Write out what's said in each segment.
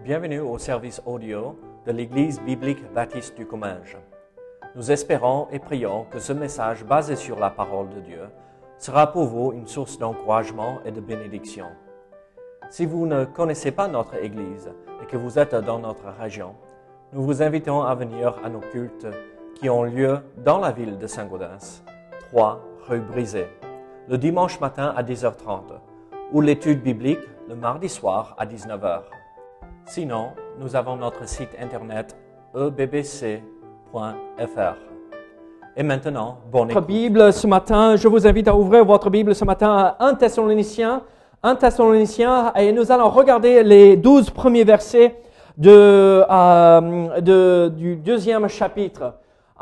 Bienvenue au service audio de l'Église biblique baptiste du Comminges. Nous espérons et prions que ce message basé sur la parole de Dieu sera pour vous une source d'encouragement et de bénédiction. Si vous ne connaissez pas notre Église et que vous êtes dans notre région, nous vous invitons à venir à nos cultes qui ont lieu dans la ville de Saint-Gaudens, 3 rue Brisée, le dimanche matin à 10h30 ou l'étude biblique le mardi soir à 19h. Sinon, nous avons notre site internet ebbc.fr. Et maintenant, bonne écoute. Votre Bible ce matin, je vous invite à ouvrir votre Bible ce matin à 1 Thessaloniciens, et nous allons regarder les 12 premiers versets du deuxième chapitre.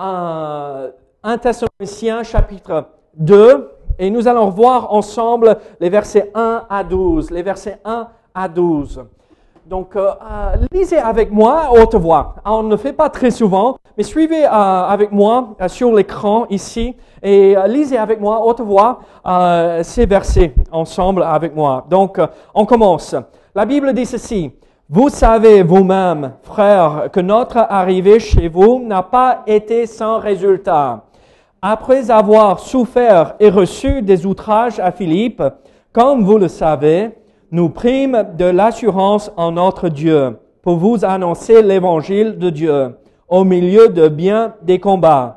1 Thessaloniciens chapitre 2, et nous allons voir ensemble les versets 1 à 12. Les versets 1 à 12. Donc, lisez avec moi à haute voix. On ne le fait pas très souvent, mais suivez avec moi sur l'écran ici et lisez avec moi à haute voix ces versets ensemble avec moi. Donc, on commence. La Bible dit ceci. « Vous savez vous-même, frères, que notre arrivée chez vous n'a pas été sans résultat. Après avoir souffert et reçu des outrages à Philippe, comme vous le savez, nous prîmes de l'assurance en notre Dieu pour vous annoncer l'évangile de Dieu au milieu de bien des combats.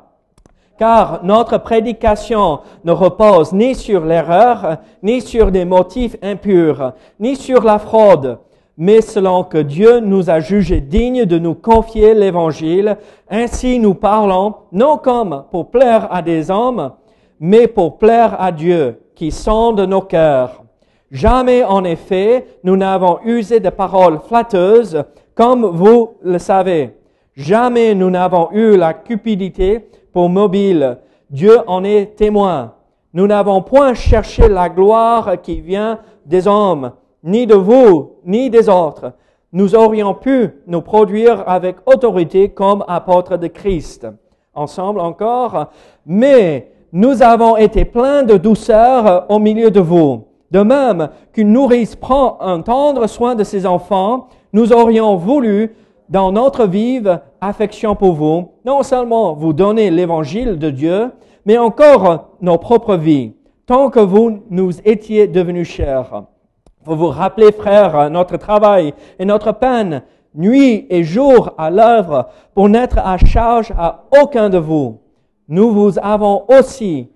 Car notre prédication ne repose ni sur l'erreur, ni sur des motifs impurs, ni sur la fraude, mais selon que Dieu nous a jugés dignes de nous confier l'évangile. Ainsi nous parlons, non comme pour plaire à des hommes, mais pour plaire à Dieu, qui sonde nos cœurs. Jamais, en effet, nous n'avons usé de paroles flatteuses, comme vous le savez. Jamais nous n'avons eu la cupidité pour mobile. Dieu en est témoin. Nous n'avons point cherché la gloire qui vient des hommes, ni de vous, ni des autres. Nous aurions pu nous produire avec autorité comme apôtres de Christ. Ensemble encore. Mais nous avons été pleins de douceur au milieu de vous. De même qu'une nourrice prend un tendre soin de ses enfants, nous aurions voulu, dans notre vive affection pour vous, non seulement vous donner l'évangile de Dieu, mais encore nos propres vies, tant que vous nous étiez devenus chers. Vous vous rappelez, frères, notre travail et notre peine, nuit et jour à l'œuvre, pour n'être à charge à aucun de vous. Nous vous avons aussi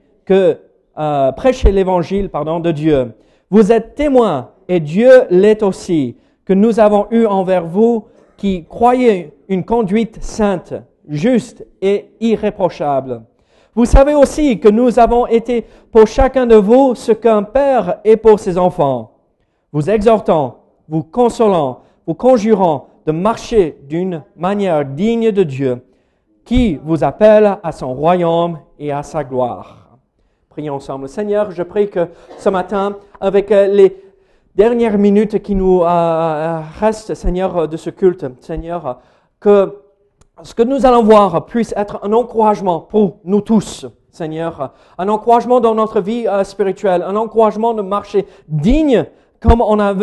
prêché l'évangile, de Dieu. Vous êtes témoins, et Dieu l'est aussi, que nous avons eu envers vous qui croyez une conduite sainte, juste et irréprochable. Vous savez aussi que nous avons été pour chacun de vous ce qu'un père est pour ses enfants. Vous exhortant, vous consolant, vous conjurant de marcher d'une manière digne de Dieu, qui vous appelle à son royaume et à sa gloire. Prions ensemble. Seigneur, je prie que ce matin, avec les dernières minutes qui nous restent, Seigneur, de ce culte, Seigneur, que ce que nous allons voir puisse être un encouragement pour nous tous, Seigneur, un encouragement dans notre vie spirituelle, un encouragement de marcher digne, comme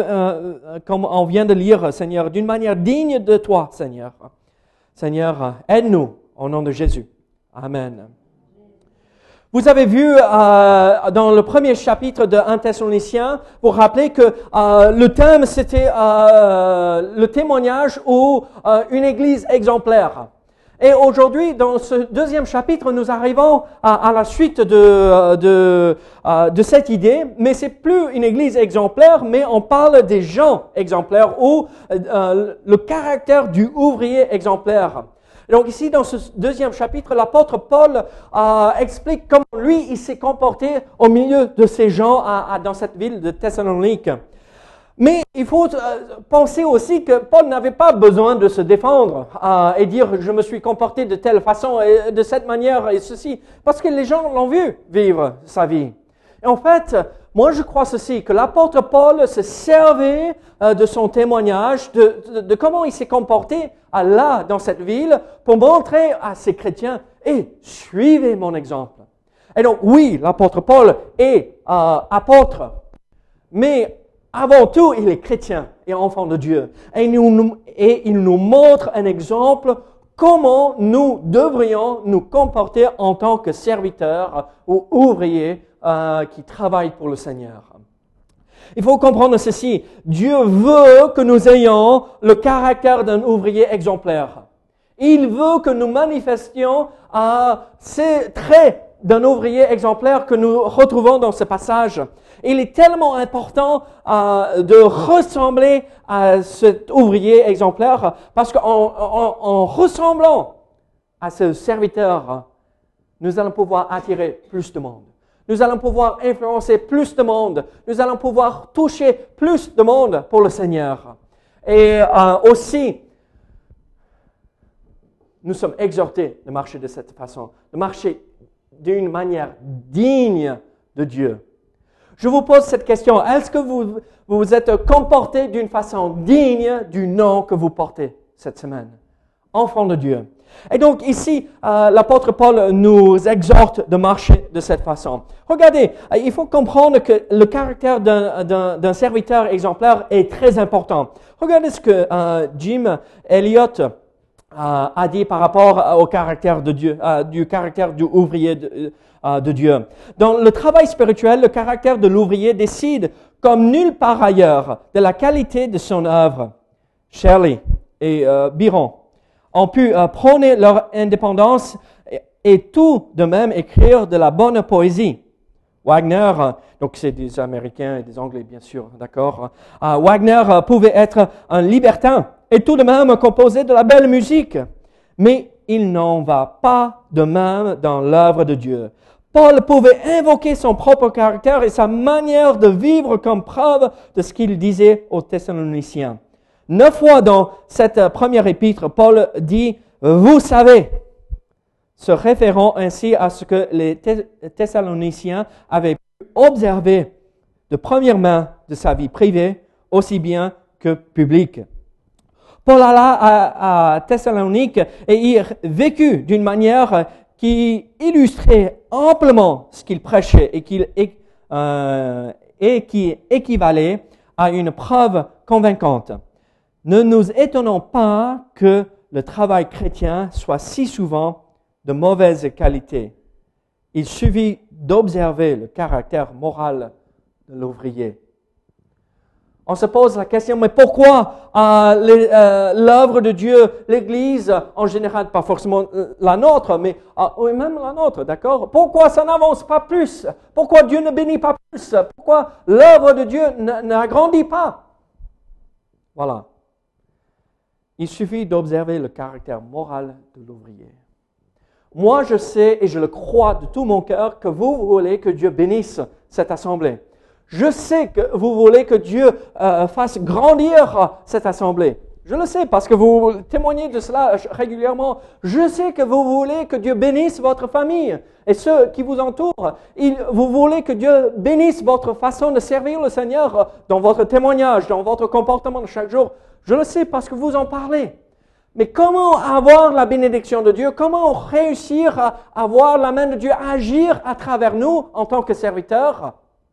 on vient de lire, Seigneur, d'une manière digne de toi, Seigneur. Seigneur, aide-nous au nom de Jésus. Amen. Vous avez vu dans le premier chapitre de 1 Thessaloniciens, vous rappelez que le thème c'était le témoignage ou une église exemplaire. Et aujourd'hui, dans ce deuxième chapitre, nous arrivons à la suite de cette idée, mais c'est plus une église exemplaire, mais on parle des gens exemplaires ou le caractère du ouvrier exemplaire. Donc ici, dans ce deuxième chapitre, l'apôtre Paul explique comment lui, il s'est comporté au milieu de ces gens dans cette ville de Thessalonique. Mais il faut penser aussi que Paul n'avait pas besoin de se défendre et dire « je me suis comporté de telle façon et de cette manière et ceci », parce que les gens l'ont vu vivre sa vie. Et en fait, moi je crois ceci, que l'apôtre Paul se servait de son témoignage, de comment il s'est comporté là, dans cette ville, pour montrer à ces chrétiens « suivez mon exemple ». Et donc oui, l'apôtre Paul est apôtre, mais avant tout, il est chrétien et enfant de Dieu. Et il nous montre un exemple comment nous devrions nous comporter en tant que serviteurs ou ouvriers qui travaillent pour le Seigneur. Il faut comprendre ceci. Dieu veut que nous ayons le caractère d'un ouvrier exemplaire. Il veut que nous manifestions ces traits d'un ouvrier exemplaire que nous retrouvons dans ce passage. Il est tellement important de ressembler à cet ouvrier exemplaire parce qu'en ressemblant à ce serviteur, nous allons pouvoir attirer plus de monde. Nous allons pouvoir influencer plus de monde. Nous allons pouvoir toucher plus de monde pour le Seigneur. Et aussi, nous sommes exhortés de marcher de cette façon, de marcher d'une manière digne de Dieu. Je vous pose cette question. Est-ce que vous vous êtes comporté d'une façon digne du nom que vous portez cette semaine? Enfant de Dieu. Et donc ici, l'apôtre Paul nous exhorte de marcher de cette façon. Regardez, il faut comprendre que le caractère d'un serviteur exemplaire est très important. Regardez ce que Jim Elliot a dit par rapport au caractère de Dieu, du caractère du ouvrier de Dieu. Dans le travail spirituel, le caractère de l'ouvrier décide, comme nulle part ailleurs, de la qualité de son œuvre. Shirley et Byron ont pu prôner leur indépendance et tout de même écrire de la bonne poésie. Wagner, donc c'est des Américains et des Anglais bien sûr, d'accord. Wagner pouvait être un libertin et tout de même composer de la belle musique. Mais il n'en va pas de même dans l'œuvre de Dieu. Paul pouvait invoquer son propre caractère et sa manière de vivre comme preuve de ce qu'il disait aux Thessaloniciens. 9 fois dans cette première épître, Paul dit « Vous savez », se référant ainsi à ce que les Thessaloniciens avaient pu observer de première main de sa vie privée, aussi bien que publique. Paul alla à Thessalonique et y vécut d'une manière qui illustrait amplement ce qu'il prêchait et qui équivalait à une preuve convaincante. Ne nous étonnons pas que le travail chrétien soit si souvent de mauvaise qualité. Il suffit d'observer le caractère moral de l'ouvrier. On se pose la question, mais pourquoi l'œuvre de Dieu, l'Église en général, pas forcément la nôtre, mais même la nôtre, d'accord? Pourquoi ça n'avance pas plus? Pourquoi Dieu ne bénit pas plus? Pourquoi l'œuvre de Dieu n'agrandit pas? Voilà. Il suffit d'observer le caractère moral de l'ouvrier. Moi, je sais et je le crois de tout mon cœur que vous voulez que Dieu bénisse cette assemblée. Je sais que vous voulez que Dieu fasse grandir cette assemblée. Je le sais parce que vous témoignez de cela régulièrement. Je sais que vous voulez que Dieu bénisse votre famille et ceux qui vous entourent. Vous voulez que Dieu bénisse votre façon de servir le Seigneur dans votre témoignage, dans votre comportement de chaque jour. Je le sais parce que vous en parlez. Mais comment avoir la bénédiction de Dieu? Comment réussir à avoir la main de Dieu agir à travers nous en tant que serviteurs?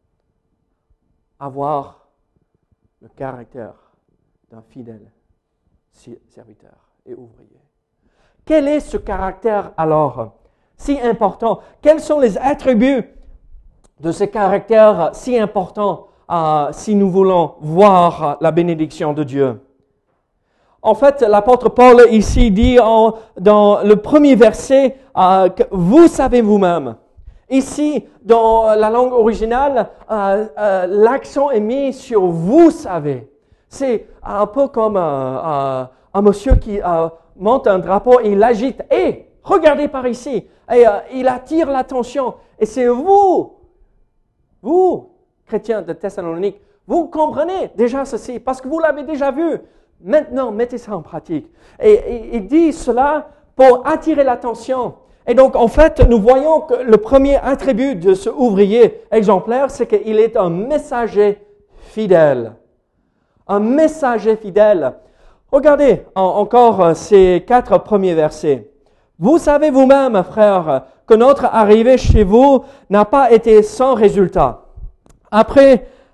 Avoir le caractère d'un fidèle serviteur et ouvrier. Quel est ce caractère alors si important? Quels sont les attributs de ce caractère si important si nous voulons voir la bénédiction de Dieu? En fait, l'apôtre Paul ici dit dans le premier verset que vous savez vous-même. Ici, dans la langue originale, l'accent est mis sur « vous savez ». C'est un peu comme un monsieur qui monte un drapeau et il l'agite. « Hé, regardez par ici !» Et il attire l'attention. Et c'est vous, chrétiens de Thessalonique, vous comprenez déjà ceci parce que vous l'avez déjà vu. Maintenant, mettez ça en pratique. Et il dit cela pour attirer l'attention. Et donc, en fait, nous voyons que le premier attribut de ce ouvrier exemplaire, c'est qu'il est un messager fidèle. Un messager fidèle. Regardez encore ces 4 premiers versets. Vous savez vous-même, frères, que notre arrivée chez vous n'a pas été sans résultat. Après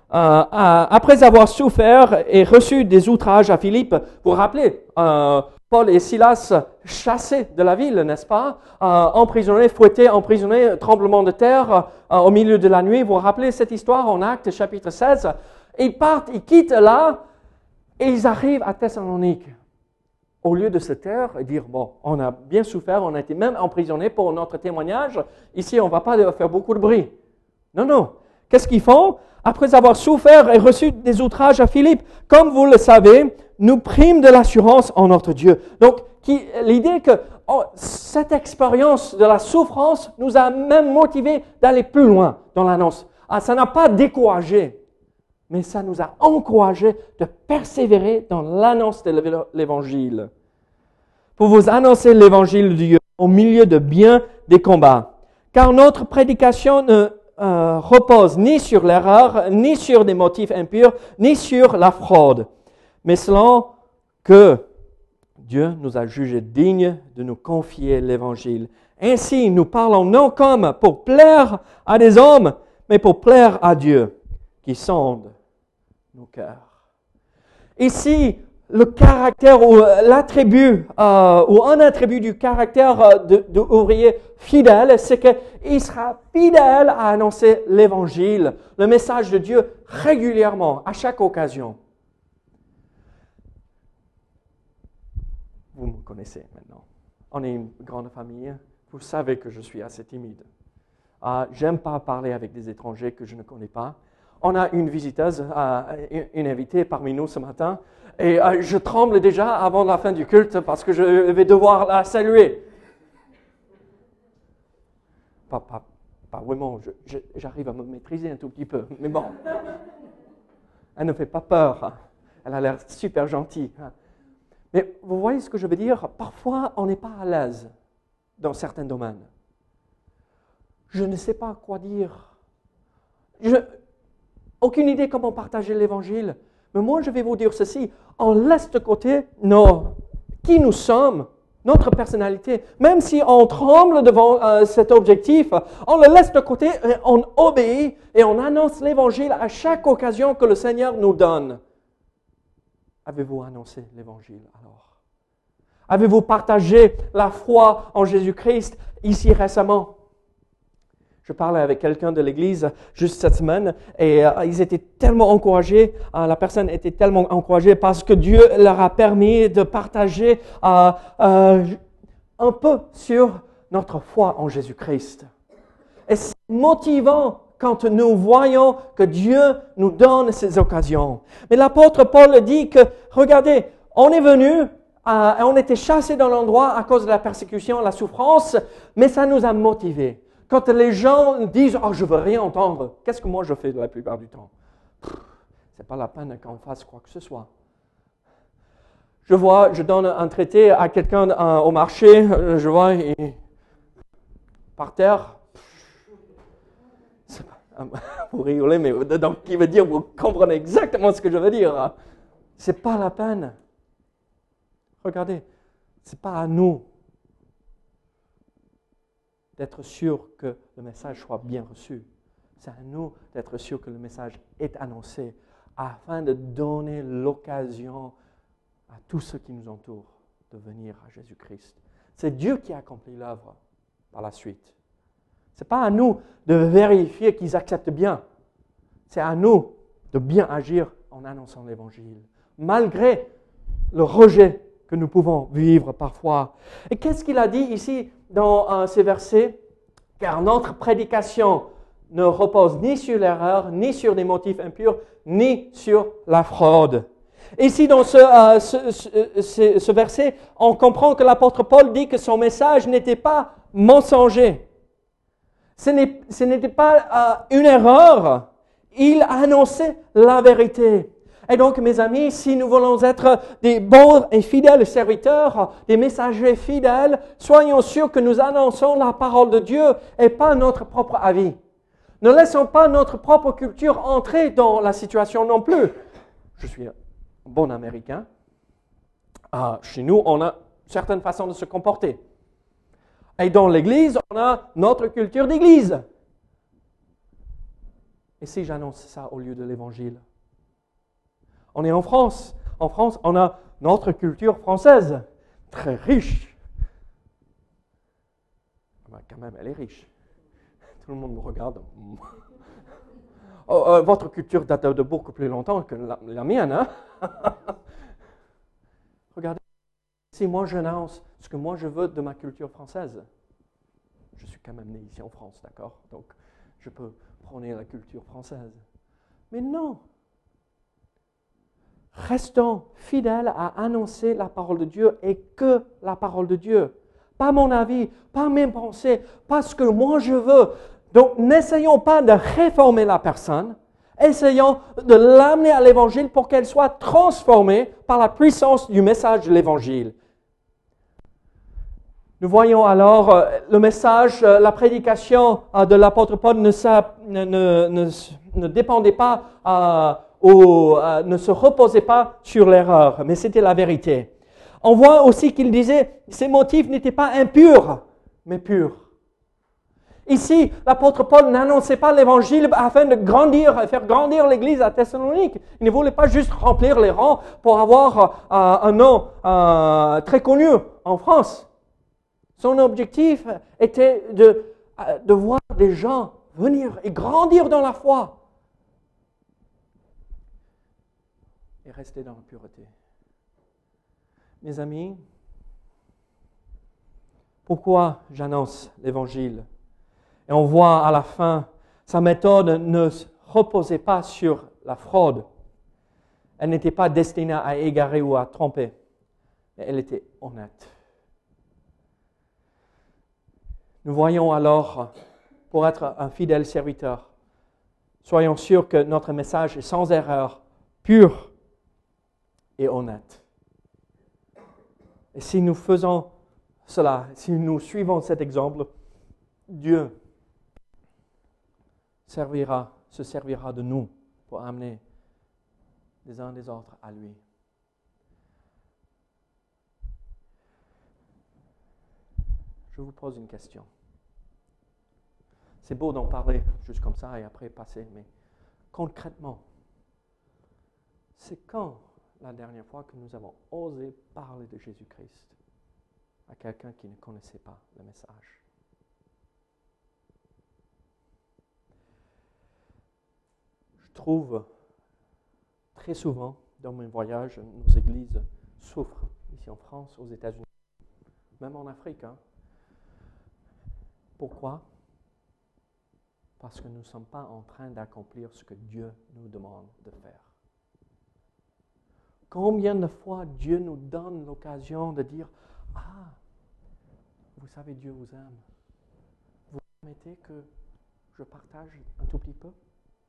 après avoir souffert et reçu des outrages à Philippe, vous vous rappelez, Paul et Silas chassés de la ville, n'est-ce pas? Emprisonnés, fouettés, emprisonnés, tremblement de terre au milieu de la nuit. Vous vous rappelez cette histoire en Actes chapitre 16? Ils partent, ils quittent là et ils arrivent à Thessalonique. Au lieu de se taire et dire, bon, on a bien souffert, on a été même emprisonnés pour notre témoignage, ici on ne va pas faire beaucoup de bruit. Non, non. Qu'est-ce qu'ils font? Après avoir souffert et reçu des outrages à Philippe, comme vous le savez, nous prîmes de l'assurance en notre Dieu. Donc, l'idée que cette expérience de la souffrance nous a même motivés d'aller plus loin dans l'annonce. Ça n'a pas découragé, mais ça nous a encouragés de persévérer dans l'annonce de l'Évangile. Pour vous annoncer l'Évangile de Dieu au milieu de bien des combats. Car notre prédication ne repose ni sur l'erreur, ni sur des motifs impurs, ni sur la fraude, mais selon que Dieu nous a jugés dignes de nous confier l'Évangile. Ainsi, nous parlons non comme pour plaire à des hommes, mais pour plaire à Dieu, qui sonde nos cœurs. Ici, le caractère ou l'attribut ou un attribut du caractère d'ouvrier fidèle, c'est qu'il sera fidèle à annoncer l'Évangile, le message de Dieu régulièrement, à chaque occasion. Vous me connaissez maintenant. On est une grande famille. Vous savez que je suis assez timide. J'aime pas parler avec des étrangers que je ne connais pas. On a une visiteuse, une invitée parmi nous ce matin, et je tremble déjà avant la fin du culte parce que je vais devoir la saluer. Pas vraiment, j'arrive à me maîtriser un tout petit peu, mais bon. Elle ne fait pas peur, elle a l'air super gentille. Mais vous voyez ce que je veux dire? Parfois, on n'est pas à l'aise dans certains domaines. Je ne sais pas quoi dire. Aucune idée comment partager l'Évangile. Mais moi, je vais vous dire ceci. On laisse de côté qui nous sommes, notre personnalité. Même si on tremble devant cet objectif, on le laisse de côté, et on obéit et on annonce l'Évangile à chaque occasion que le Seigneur nous donne. Avez-vous annoncé l'Évangile alors? Avez-vous partagé la foi en Jésus-Christ ici récemment? Je parlais avec quelqu'un de l'Église juste cette semaine et ils étaient tellement encouragés, la personne était tellement encouragée parce que Dieu leur a permis de partager un peu sur notre foi en Jésus-Christ. Et c'est motivant quand nous voyons que Dieu nous donne ces occasions. Mais l'apôtre Paul dit que, regardez, on est venu, on était chassés dans l'endroit à cause de la persécution, la souffrance, mais ça nous a motivés. Quand les gens disent « Oh, je ne veux rien entendre », qu'est-ce que moi je fais la plupart du temps? Ce n'est pas la peine qu'on fasse quoi que ce soit. Je donne un traité à quelqu'un au marché, je vois, par terre. Vous rigolez, mais donc, qui veut dire, vous comprenez exactement ce que je veux dire. Ce n'est pas la peine. Regardez, ce n'est pas à nous d'être sûr que le message soit bien reçu. C'est à nous d'être sûr que le message est annoncé afin de donner l'occasion à tous ceux qui nous entourent de venir à Jésus-Christ. C'est Dieu qui a accompli l'œuvre par la suite. Ce n'est pas à nous de vérifier qu'ils acceptent bien. C'est à nous de bien agir en annonçant l'Évangile, malgré le rejet que nous pouvons vivre parfois. Et qu'est-ce qu'il a dit ici dans ces versets? Car notre prédication ne repose ni sur l'erreur, ni sur des motifs impurs, ni sur la fraude. Ici, dans ce verset, on comprend que l'apôtre Paul dit que son message n'était pas mensonger. Ce n'était pas une erreur. Il annonçait la vérité. Et donc, mes amis, si nous voulons être des bons et fidèles serviteurs, des messagers fidèles, soyons sûrs que nous annonçons la parole de Dieu et pas notre propre avis. Ne laissons pas notre propre culture entrer dans la situation non plus. Je suis un bon Américain. Chez nous, on a certaines façons de se comporter. Et dans l'Église, on a notre culture d'Église. Et si j'annonce ça au lieu de l'Évangile? On est en France. En France, on a notre culture française, très riche. Ben, quand même, elle est riche. Tout le monde me regarde. Votre culture date de beaucoup plus longtemps que la mienne. Hein? Regardez, si moi j'annonce ce que moi je veux de ma culture française, je suis quand même né ici en France, d'accord? Donc, je peux prôner la culture française. Mais non! Restons fidèles à annoncer la parole de Dieu et que la parole de Dieu. Pas mon avis, pas mes pensées, pas ce que moi je veux. Donc, n'essayons pas de réformer la personne. Essayons de l'amener à l'Évangile pour qu'elle soit transformée par la puissance du message de l'Évangile. Nous voyons alors le message, la prédication de l'apôtre Paul ne dépendait pas ne se reposait pas sur l'erreur, mais c'était la vérité. On voit aussi qu'il disait, ses motifs n'étaient pas impurs, mais purs. Ici, l'apôtre Paul n'annonçait pas l'évangile afin de faire grandir l'église à Thessalonique. Il ne voulait pas juste remplir les rangs pour avoir un nom très connu en France. Son objectif était de voir des gens venir et grandir dans la foi. Et rester dans la pureté. Mes amis, pourquoi j'annonce l'Évangile? Et on voit à la fin, sa méthode ne se reposait pas sur la fraude. Elle n'était pas destinée à égarer ou à tromper. Mais elle était honnête. Nous voyons alors, pour être un fidèle serviteur, soyons sûrs que notre message est sans erreur, pur et honnête. Et si nous faisons cela, si nous suivons cet exemple, Dieu se servira de nous pour amener les uns des autres à lui. Je vous pose une question. C'est beau d'en parler juste comme ça et après passer, mais concrètement, c'est quand la dernière fois que nous avons osé parler de Jésus-Christ à quelqu'un qui ne connaissait pas le message? Je trouve très souvent dans mes voyages, nos églises souffrent ici en France, aux États-Unis, même en Afrique. Hein. Pourquoi? Parce que nous ne sommes pas en train d'accomplir ce que Dieu nous demande de faire. Combien de fois Dieu nous donne l'occasion de dire « Ah, vous savez, Dieu vous aime. Vous permettez que je partage un tout petit peu ?»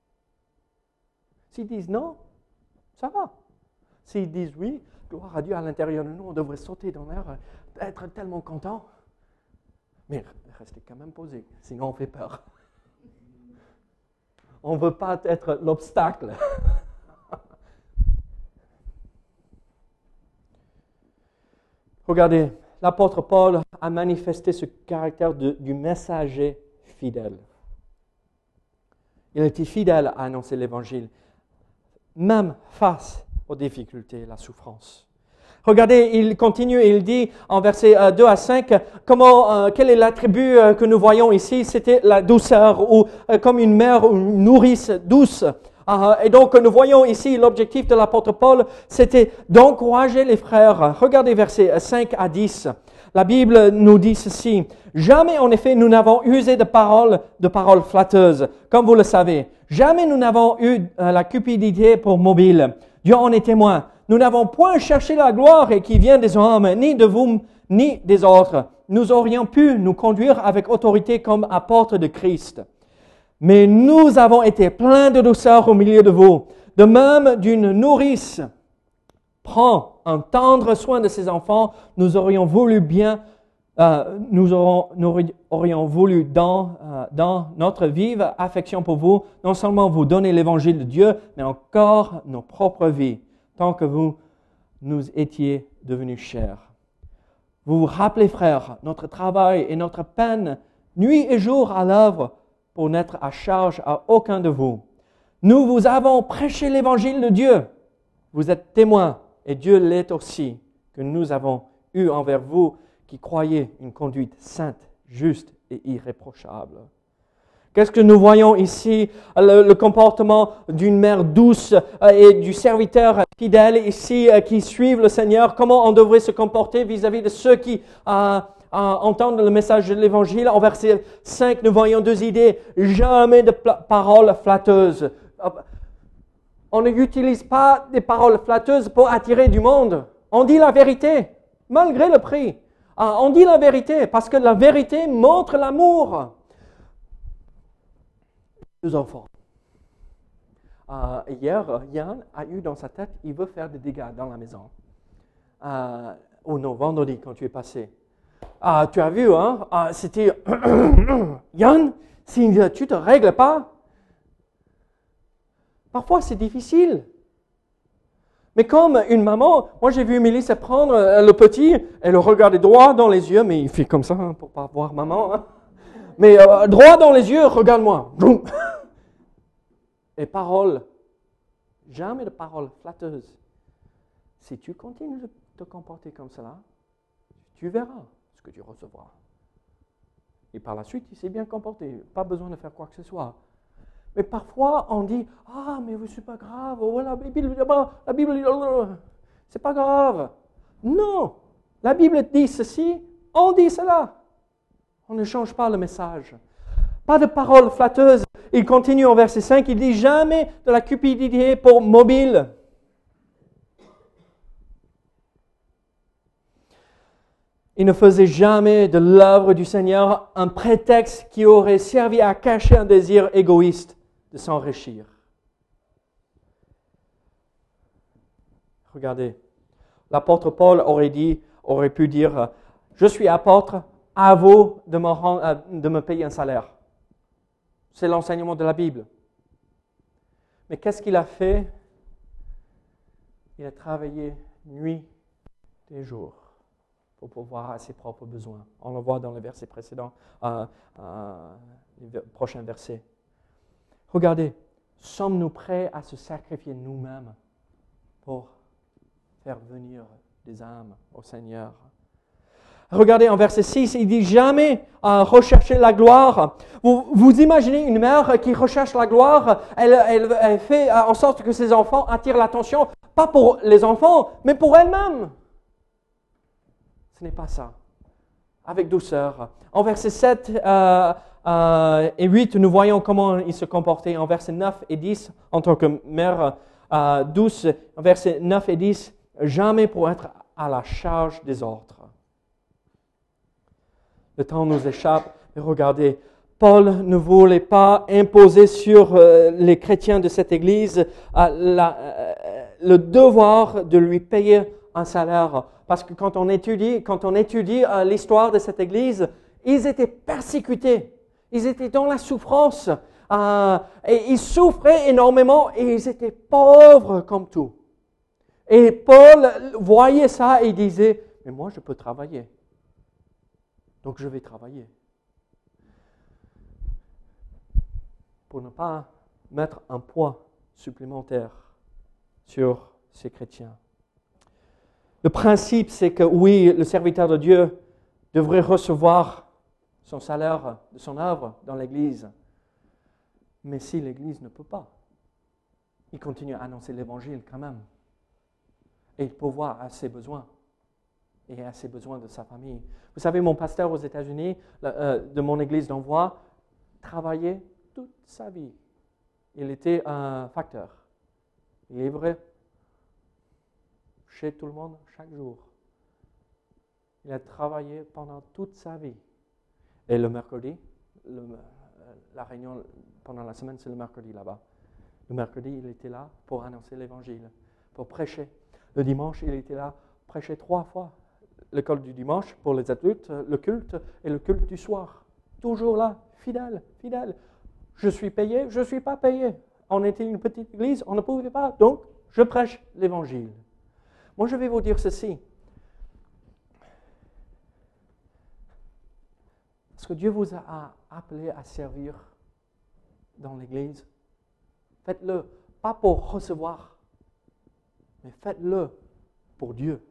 S'ils disent non, ça va. S'ils disent oui, gloire à Dieu, à l'intérieur de nous, on devrait sauter dans l'air, être tellement content. Mais restez quand même posé, sinon on fait peur. On ne veut pas être l'obstacle. Regardez, l'apôtre Paul a manifesté ce caractère du messager fidèle. Il était fidèle à annoncer l'Évangile, même face aux difficultés et la souffrance. Regardez, il continue et il dit en versets 2 à 5, quel est l'attribut que nous voyons ici? C'était la douceur, ou comme une mère ou une nourrice douce. Et donc, nous voyons ici l'objectif de l'apôtre Paul, c'était d'encourager les frères. Regardez versets 5 à 10. La Bible nous dit ceci. « Jamais, en effet, nous n'avons usé de paroles flatteuses, comme vous le savez. Jamais nous n'avons eu la cupidité pour mobile. Dieu en est témoin. Nous n'avons point cherché la gloire qui vient des hommes, ni de vous, ni des autres. Nous aurions pu nous conduire avec autorité comme apôtres de Christ. Mais nous avons été pleins de douceur au milieu de vous. De même d'une nourrice prend un tendre soin de ses enfants, nous aurions voulu dans notre vive affection pour vous, non seulement vous donner l'évangile de Dieu, mais encore nos propres vies, tant que vous nous étiez devenus chers. Vous vous rappelez, frères, notre travail et notre peine, nuit et jour à l'œuvre, pour n'être à charge à aucun de vous. Nous vous avons prêché l'évangile de Dieu. Vous êtes témoins, et Dieu l'est aussi, que nous avons eu envers vous qui croyez une conduite sainte, juste et irréprochable. Qu'est-ce que nous voyons ici? Le comportement d'une mère douce et du serviteur fidèle ici qui suivent le Seigneur. Comment on devrait se comporter vis-à-vis de ceux qui entendent le message de l'Évangile. En verset 5, nous voyons deux idées. Jamais de paroles flatteuses. On n'utilise pas des paroles flatteuses pour attirer du monde. On dit la vérité, malgré le prix. On dit la vérité parce que la vérité montre l'amour. Deux enfants. Hier, Yann a eu dans sa tête, il veut faire des dégâts dans la maison. Oh non, vendredi, quand tu es passé. Tu as vu, hein? C'était Yann, si tu ne te règles pas, parfois c'est difficile. Mais comme une maman, moi j'ai vu Mélissa prendre le petit et le regarder droit dans les yeux, mais il fait comme ça hein, pour ne pas voir maman. Hein. Mais droit dans les yeux, regarde-moi. Et paroles, jamais de paroles flatteuses. Si tu continues de te comporter comme cela, tu verras ce que tu recevras. Et par la suite, il s'est bien comporté. Pas besoin de faire quoi que ce soit. Mais parfois, on dit, mais c'est pas grave. Oh, la Bible, c'est pas grave. Non, la Bible dit ceci, on dit cela. On ne change pas le message. Pas de paroles flatteuses. Il continue en verset 5, il dit jamais de la cupidité pour mobile. Il ne faisait jamais de l'œuvre du Seigneur un prétexte qui aurait servi à cacher un désir égoïste de s'enrichir. Regardez, l'apôtre Paul aurait pu dire, je suis apôtre, à vous de me payer un salaire. C'est l'enseignement de la Bible. Mais qu'est-ce qu'il a fait? Il a travaillé nuit et jour pour pourvoir à ses propres besoins. On le voit dans les versets précédents, les prochains versets. Regardez, sommes-nous prêts à se sacrifier nous-mêmes pour faire venir des âmes au Seigneur? Regardez en verset 6, il dit jamais rechercher la gloire. Vous imaginez une mère qui recherche la gloire, elle fait en sorte que ses enfants attirent l'attention, pas pour les enfants, mais pour elle-même. Ce n'est pas ça. Avec douceur. En verset 7 et 8, nous voyons comment il se comportait. En verset 9 et 10, en tant que mère douce, en verset 9 et 10, jamais pour être à la charge des autres. Le temps nous échappe. Et regardez, Paul ne voulait pas imposer sur les chrétiens de cette église le devoir de lui payer un salaire. Parce que quand on étudie l'histoire de cette église, ils étaient persécutés. Ils étaient dans la souffrance. Et ils souffraient énormément et ils étaient pauvres comme tout. Et Paul voyait ça et il disait, mais moi je peux travailler. Donc je vais travailler. Pour ne pas mettre un poids supplémentaire sur ces chrétiens. Le principe, c'est que oui, le serviteur de Dieu devrait recevoir son salaire de son œuvre dans l'Église. Mais si l'Église ne peut pas, il continue à annoncer l'Évangile quand même. Et il pourvoit à ses besoins. Et à ses besoins de sa famille. Vous savez, mon pasteur aux États-Unis, de mon église d'envoi, travaillait toute sa vie. Il était un facteur. Il livrait chez tout le monde chaque jour. Il a travaillé pendant toute sa vie. Et le mercredi, la réunion pendant la semaine, c'est le mercredi là-bas. Le mercredi, il était là pour annoncer l'Évangile, pour prêcher. Le dimanche, il était là, prêcher 3 fois. L'école du dimanche pour les adultes, le culte et le culte du soir. Toujours là, fidèle, fidèle. Je suis payé, je ne suis pas payé. On était une petite église, on ne pouvait pas, donc je prêche l'Évangile. Moi, je vais vous dire ceci. Est-ce que Dieu vous a appelé à servir dans l'Église? Faites-le, pas pour recevoir, mais faites-le pour Dieu.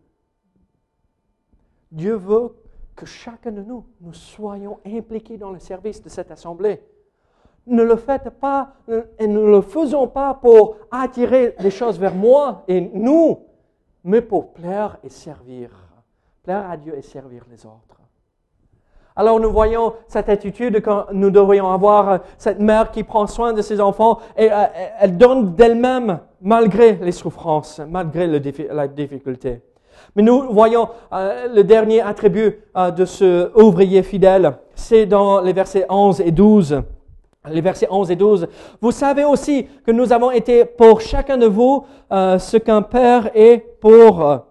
Dieu veut que chacun de nous, nous soyons impliqués dans le service de cette assemblée. Ne le faites pas et ne le faisons pas pour attirer les choses vers moi et nous, mais pour plaire et servir. Plaire à Dieu et servir les autres. Alors nous voyons cette attitude que nous devrions avoir, cette mère qui prend soin de ses enfants et elle donne d'elle-même malgré les souffrances, malgré la difficulté. Mais nous voyons le dernier attribut de ce ouvrier fidèle, c'est dans les versets 11 et 12. Les versets 11 et 12. Vous savez aussi que nous avons été pour chacun de vous ce qu'un père est pour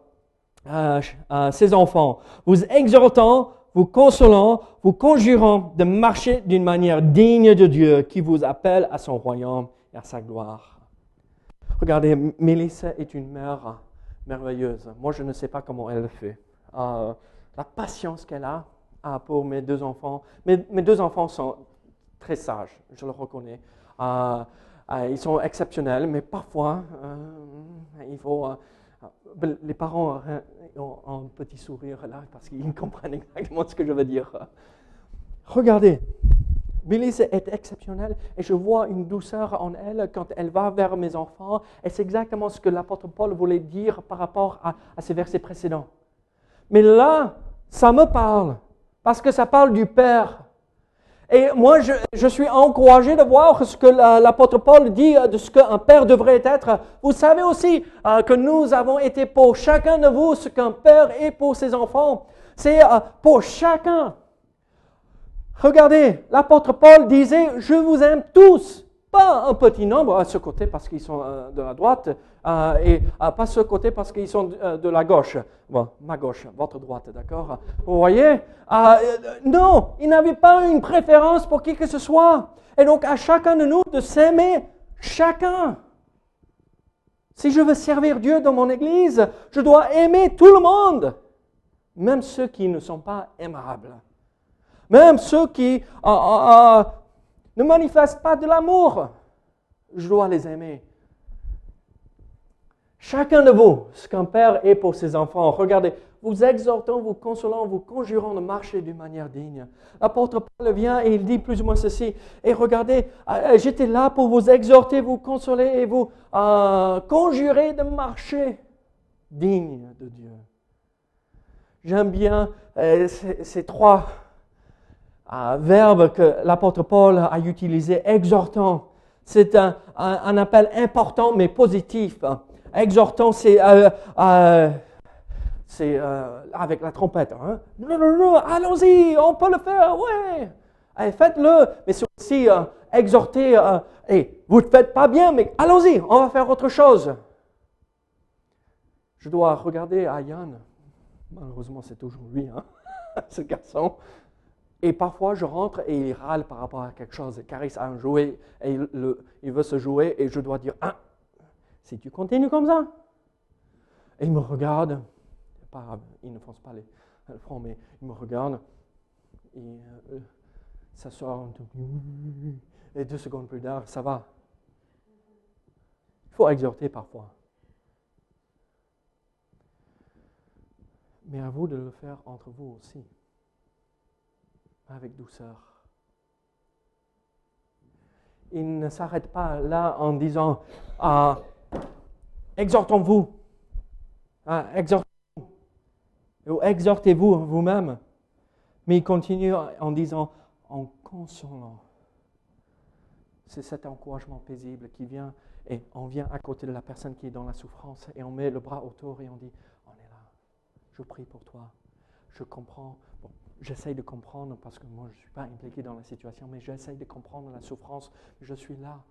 ses enfants, vous exhortant, vous consolant, vous conjurant de marcher d'une manière digne de Dieu qui vous appelle à son royaume et à sa gloire. Regardez, Mélissa est une mère merveilleuse. Moi, je ne sais pas comment elle le fait. La patience qu'elle a pour mes deux enfants. Mes deux enfants sont très sages, je le reconnais. Ils sont exceptionnels, mais parfois, il faut... les parents ont un petit sourire là parce qu'ils comprennent exactement ce que je veux dire. Regardez, Mélissa est exceptionnelle et je vois une douceur en elle quand elle va vers mes enfants et c'est exactement ce que l'apôtre Paul voulait dire par rapport à ces versets précédents. Mais là, ça me parle parce que ça parle du Père. Et moi, je suis encouragé de voir ce que l'apôtre Paul dit de ce qu'un père devrait être. Vous savez aussi que nous avons été pour chacun de vous ce qu'un père est pour ses enfants. C'est pour chacun. Regardez, l'apôtre Paul disait, je vous aime tous. Pas un petit nombre à ce côté parce qu'ils sont de la droite et pas ce côté parce qu'ils sont de la gauche. Bon, ma gauche, votre droite, d'accord? Vous voyez? Non, il n'avait pas une préférence pour qui que ce soit. Et donc à chacun de nous de s'aimer chacun. Si je veux servir Dieu dans mon église, je dois aimer tout le monde, même ceux qui ne sont pas aimables, même ceux qui ne manifestent pas de l'amour, je dois les aimer. Chacun de vous, ce qu'un père est pour ses enfants, regardez, vous exhortant, vous consolant, vous conjurant de marcher d'une manière digne. L'apôtre Paul vient et il dit plus ou moins ceci. Et regardez, j'étais là pour vous exhorter, vous consoler et vous conjurer de marcher digne de Dieu. J'aime bien ces trois verbe que l'apôtre Paul a utilisé, exhortant. C'est un appel important mais positif. Exhortant, c'est avec la trompette. Hein? Non, allons-y, on peut le faire, ouais. Faites-le, mais c'est aussi exhorter. Vous ne faites pas bien, mais allons-y, on va faire autre chose. Je dois regarder à Yann. Malheureusement, c'est toujours lui, hein, ce garçon. Et parfois, je rentre et il râle par rapport à quelque chose. Caris a un jouet et il veut se jouer et je dois dire, si tu continues comme ça. Et il me regarde. Il ne fonce pas le front, mais il me regarde. Et ça sort. Et 2 secondes plus tard, ça va. Il faut exhorter parfois. Mais à vous de le faire entre vous aussi. Avec douceur. Il ne s'arrête pas là en disant exhortons-vous, exhortez-vous, ou exhortez-vous vous-même. Mais il continue en disant en consolant. C'est cet encouragement paisible qui vient et on vient à côté de la personne qui est dans la souffrance et on met le bras autour et on dit on est là, je prie pour toi, je comprends. Bon, j'essaye de comprendre parce que moi je ne suis pas impliqué dans la situation, mais j'essaye de comprendre la souffrance, je suis là.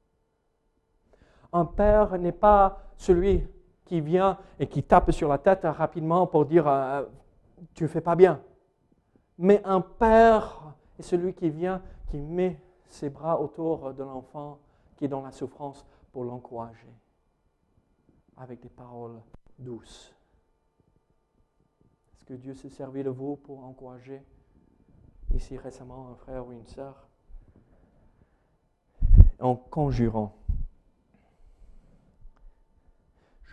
Un père n'est pas celui qui vient et qui tape sur la tête rapidement pour dire tu ne fais pas bien. Mais un père est celui qui vient, qui met ses bras autour de l'enfant qui est dans la souffrance pour l'encourager avec des paroles douces. Est-ce que Dieu s'est servi de vous pour encourager ici récemment un frère ou une sœur? En conjurant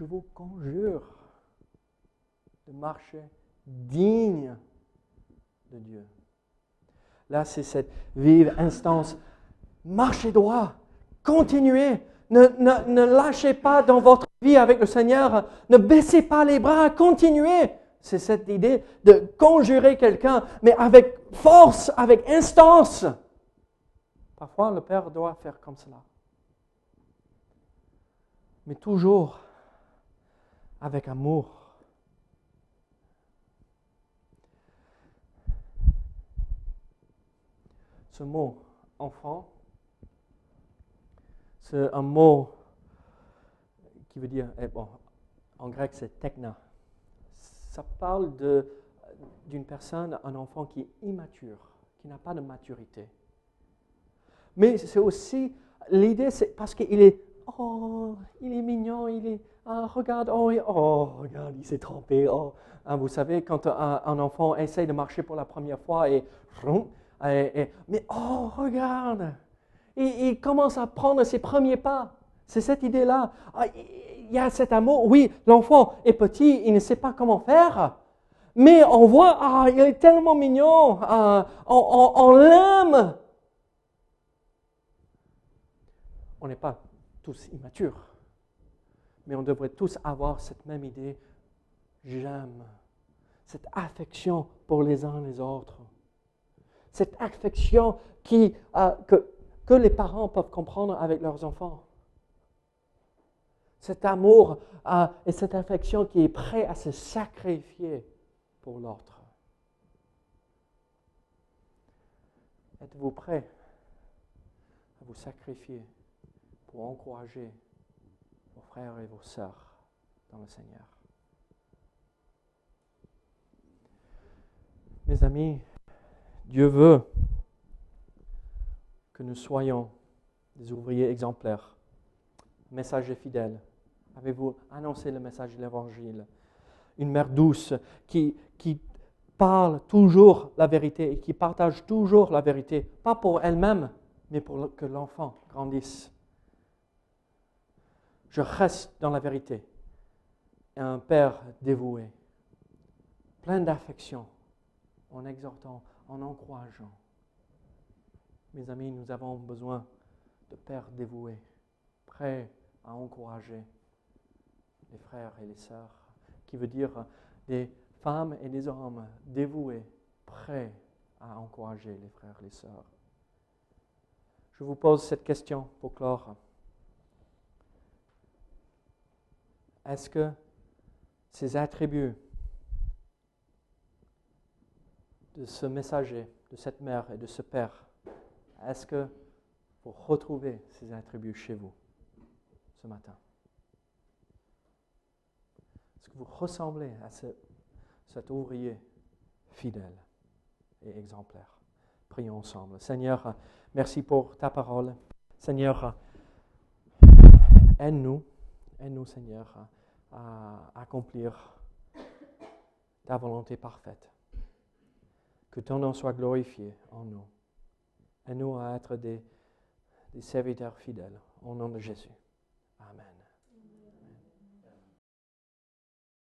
je vous conjure de marcher digne de Dieu. Là, c'est cette vive instance. Marchez droit, continuez, ne lâchez pas dans votre vie avec le Seigneur, ne baissez pas les bras, continuez. C'est cette idée de conjurer quelqu'un, mais avec force, avec instance. Parfois, le Père doit faire comme cela. Mais toujours avec amour. Ce mot « enfant », c'est un mot qui veut dire, en grec c'est techna. Ça parle d'une personne, un enfant qui est immature, qui n'a pas de maturité. Mais c'est aussi, l'idée c'est parce qu'il est, il est mignon, il est, regarde, regarde, il s'est trompé. Vous savez, quand un enfant essaie de marcher pour la première fois mais regarde, il commence à prendre ses premiers pas. C'est cette idée-là. Il y a cet amour. Oui, l'enfant est petit, il ne sait pas comment faire. Mais on voit, il est tellement mignon. On l'aime. On n'est pas tous immatures. Mais on devrait tous avoir cette même idée. J'aime. Cette affection pour les uns les autres. Cette affection que les parents peuvent comprendre avec leurs enfants. Cet amour et cette affection qui est prêt à se sacrifier pour l'autre. Êtes-vous prêt à vous sacrifier pour encourager vos frères et vos sœurs dans le Seigneur? Mes amis, Dieu veut que nous soyons des ouvriers exemplaires, messagers fidèles. Avez-vous annoncé le message de l'Évangile? Une mère douce qui parle toujours la vérité et qui partage toujours la vérité, pas pour elle-même, mais pour que l'enfant grandisse. Je reste dans la vérité. Et un père dévoué, plein d'affection, en exhortant, en encourageant. Mes amis, nous avons besoin de pères dévoués, prêts à encourager les frères et les sœurs, qui veut dire des femmes et des hommes dévoués, prêts à encourager les frères et les sœurs. Je vous pose cette question pour clore. Est-ce que ces attributs de ce messager, de cette mère et de ce père, est-ce que vous retrouvez ces attributs chez vous ce matin? Est-ce que vous ressemblez à cet ouvrier fidèle et exemplaire? Prions ensemble. Seigneur, merci pour ta parole. Seigneur, aide-nous, Seigneur, à accomplir ta volonté parfaite. Que ton nom soit glorifié en nous. Aide-nous à être des serviteurs fidèles. Au nom de Jésus. Amen.